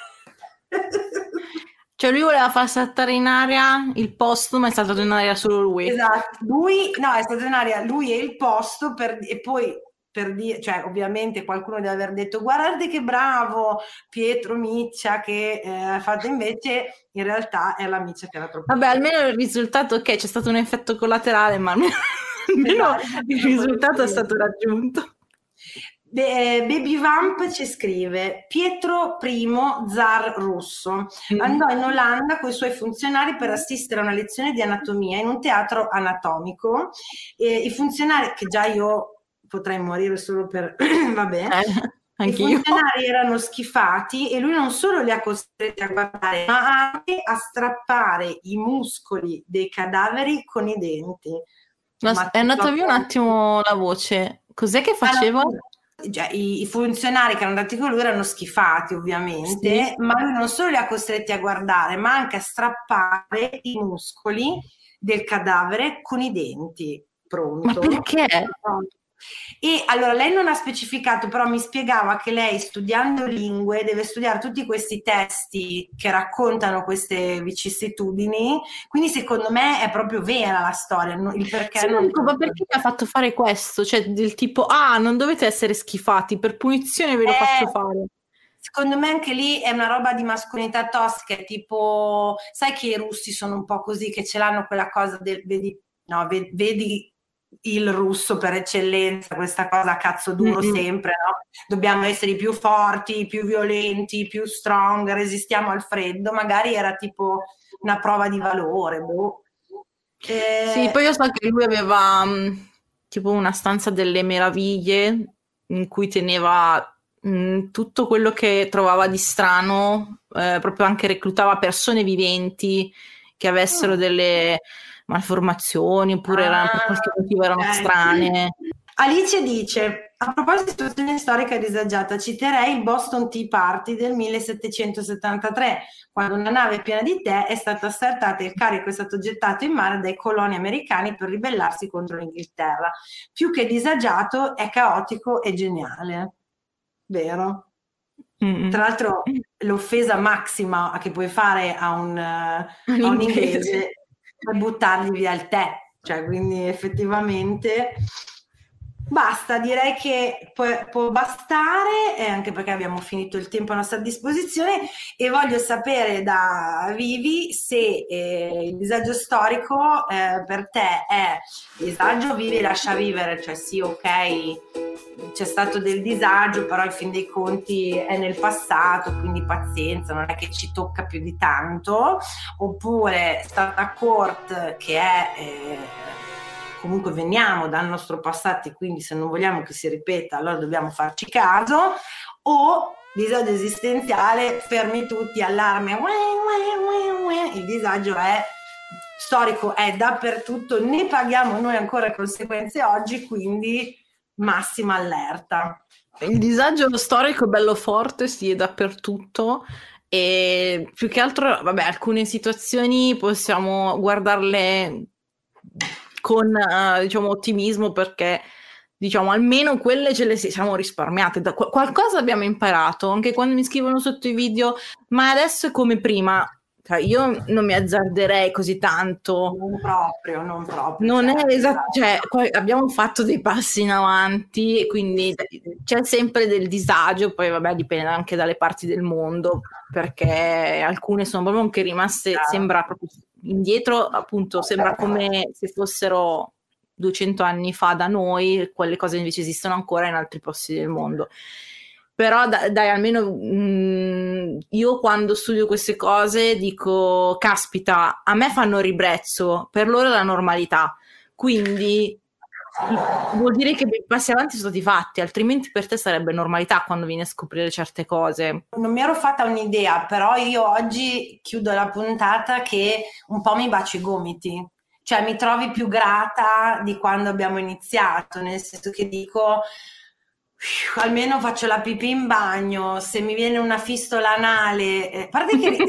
Cioè lui voleva far saltare in aria il posto, ma è saltato in aria solo lui. Esatto, è stato in aria lui e il posto e poi per dire, cioè ovviamente qualcuno deve aver detto guardate che bravo Pietro Miccia che ha fatto, invece in realtà è la Miccia che era troppo. Vabbè, almeno il risultato, ok, c'è stato un effetto collaterale, ma almeno il risultato è stato raggiunto. Baby Vamp ci scrive Pietro I, zar russo, andò in Olanda con i suoi funzionari per assistere a una lezione di anatomia in un teatro anatomico. I funzionari, che già io potrei morire solo per vabbè, i funzionari erano schifati e lui non solo li ha costretti a guardare, ma anche a strappare i muscoli dei cadaveri con i denti. Ma è andata via un attimo la voce. Cos'è che faceva? I funzionari che erano andati con lui erano schifati ovviamente, sì. Ma lui non solo li ha costretti a guardare, ma anche a strappare i muscoli del cadavere con i denti. Pronto? Ma perché? E allora lei non ha specificato, però mi spiegava che lei, studiando lingue, deve studiare tutti questi testi che raccontano queste vicissitudini, quindi secondo me è proprio vera la storia, il perché. Sì, ma perché mi ha fatto fare questo? Cioè del tipo, non dovete essere schifati, per punizione ve lo faccio fare. Secondo me anche lì è una roba di mascolinità tossica, tipo, sai che i russi sono un po' così, che ce l'hanno quella cosa del vedi il russo per eccellenza, questa cosa a cazzo duro sempre, no? Dobbiamo essere più forti, più violenti, più strong, resistiamo al freddo, magari era tipo una prova di valore, boh. Sì, poi io so che lui aveva tipo una stanza delle meraviglie in cui teneva tutto quello che trovava di strano, proprio anche reclutava persone viventi che avessero delle malformazioni oppure per qualche motivo erano strane. Alice dice: a proposito di situazione storica disagiata, citerei il Boston Tea Party del 1773, quando una nave piena di tè è stata assaltata e il carico è stato gettato in mare dai coloni americani per ribellarsi contro l'Inghilterra. Più che disagiato, è caotico e geniale. Vero? Tra l'altro l'offesa massima che puoi fare a un inglese è buttargli via il tè, cioè, quindi effettivamente basta, direi che può bastare, anche perché abbiamo finito il tempo a nostra disposizione, e voglio sapere da Vivi se il disagio storico per te è disagio, vivi e lascia vivere, cioè sì, ok, c'è stato del disagio, però in fin dei conti è nel passato, quindi pazienza, non è che ci tocca più di tanto, oppure stata court che è comunque veniamo dal nostro passato e quindi se non vogliamo che si ripeta allora dobbiamo farci caso, o disagio esistenziale, fermi tutti, allarme, il disagio è storico, è dappertutto, ne paghiamo noi ancora conseguenze oggi, quindi massima allerta. Il disagio storico è bello forte, sì, è dappertutto, e più che altro, vabbè, alcune situazioni possiamo guardarle con diciamo ottimismo, perché diciamo almeno quelle ce le siamo risparmiate, qualcosa abbiamo imparato, anche quando mi scrivono sotto i video ma adesso è come prima, cioè, io non mi azzarderei così tanto, non proprio non è esatto, cioè abbiamo fatto dei passi in avanti, quindi c'è sempre del disagio, poi vabbè dipende anche dalle parti del mondo, perché alcune sono proprio anche rimaste, sembra proprio indietro, appunto, sembra come se fossero 200 anni fa da noi, quelle cose invece esistono ancora in altri posti del mondo. Però dai, almeno io quando studio queste cose dico, caspita, a me fanno ribrezzo, per loro è la normalità, quindi vuol dire che i passi avanti sono stati fatti, altrimenti per te sarebbe normalità quando vieni a scoprire certe cose. Non mi ero fatta un'idea, però io oggi chiudo la puntata che un po' mi bacio i gomiti, cioè mi trovi più grata di quando abbiamo iniziato, nel senso che dico almeno faccio la pipì in bagno, se mi viene una fistola anale, a parte che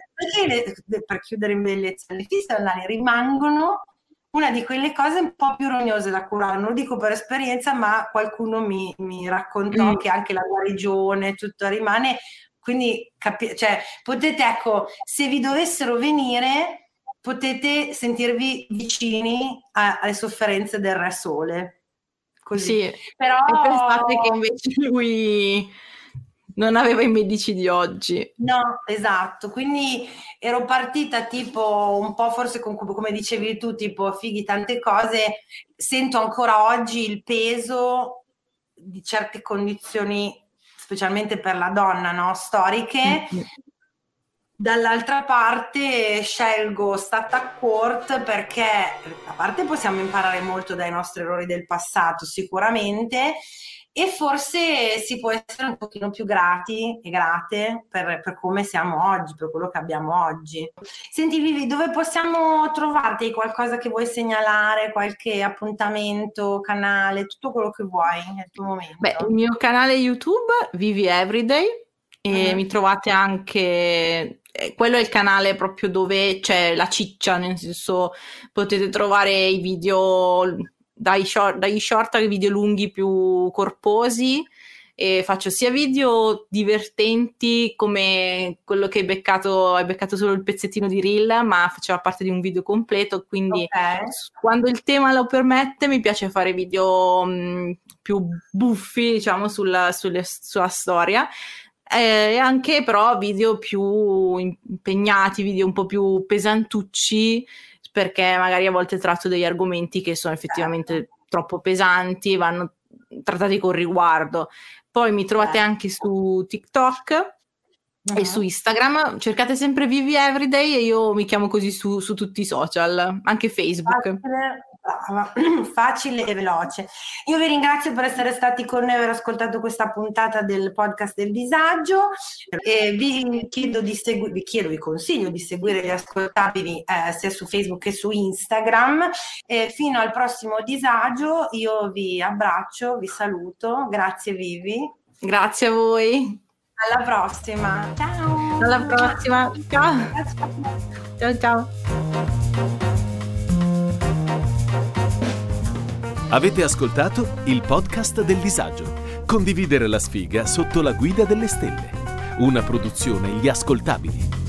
per chiudere in bellezza, le fistole anali rimangono una di quelle cose un po' più rognose da curare, non lo dico per esperienza, ma qualcuno mi raccontò che anche la guarigione, tutto rimane, quindi cioè, potete, ecco, se vi dovessero venire, potete sentirvi vicini alle sofferenze del Re Sole. Così. Sì, però e pensate che invece lui non aveva i medici di oggi. No, esatto, quindi ero partita tipo un po' forse come dicevi tu, tipo fighi tante cose, sento ancora oggi il peso di certe condizioni, specialmente per la donna, no? Storiche. Dall'altra parte scelgo Stata Court perché a parte possiamo imparare molto dai nostri errori del passato sicuramente, e forse si può essere un pochino più grati e grate per come siamo oggi, per quello che abbiamo oggi. Senti Vivi, dove possiamo trovarti? Qualcosa che vuoi segnalare, qualche appuntamento, canale, tutto quello che vuoi nel tuo momento? Beh, il mio canale YouTube Vivi Everyday, e mi trovate anche, quello è il canale proprio dove c'è la ciccia, nel senso potete trovare i video dagli short ai video lunghi più corposi, e faccio sia video divertenti come quello che hai beccato solo il pezzettino di reel, ma faceva parte di un video completo, quindi quando il tema lo permette mi piace fare video più buffi, diciamo, sulla storia, e anche però video più impegnati, video un po' più pesantucci, perché magari a volte tratto degli argomenti che sono effettivamente troppo pesanti e vanno trattati con riguardo. Poi mi trovate anche su TikTok e su Instagram, cercate sempre Vivi Everyday e io mi chiamo così su tutti i social, anche Facebook. Brava. Facile e veloce. Io vi ringrazio per essere stati con noi e aver ascoltato questa puntata del podcast del disagio. Vi consiglio di seguire gli ascoltabili sia su Facebook che su Instagram. Fino al prossimo disagio, io vi abbraccio, vi saluto. Grazie Vivi. Grazie a voi. Alla prossima. Ciao. Alla prossima. Ciao. Ciao ciao. Avete ascoltato il podcast del disagio. Condividere la sfiga sotto la guida delle stelle. Una produzione Gli Ascoltabili.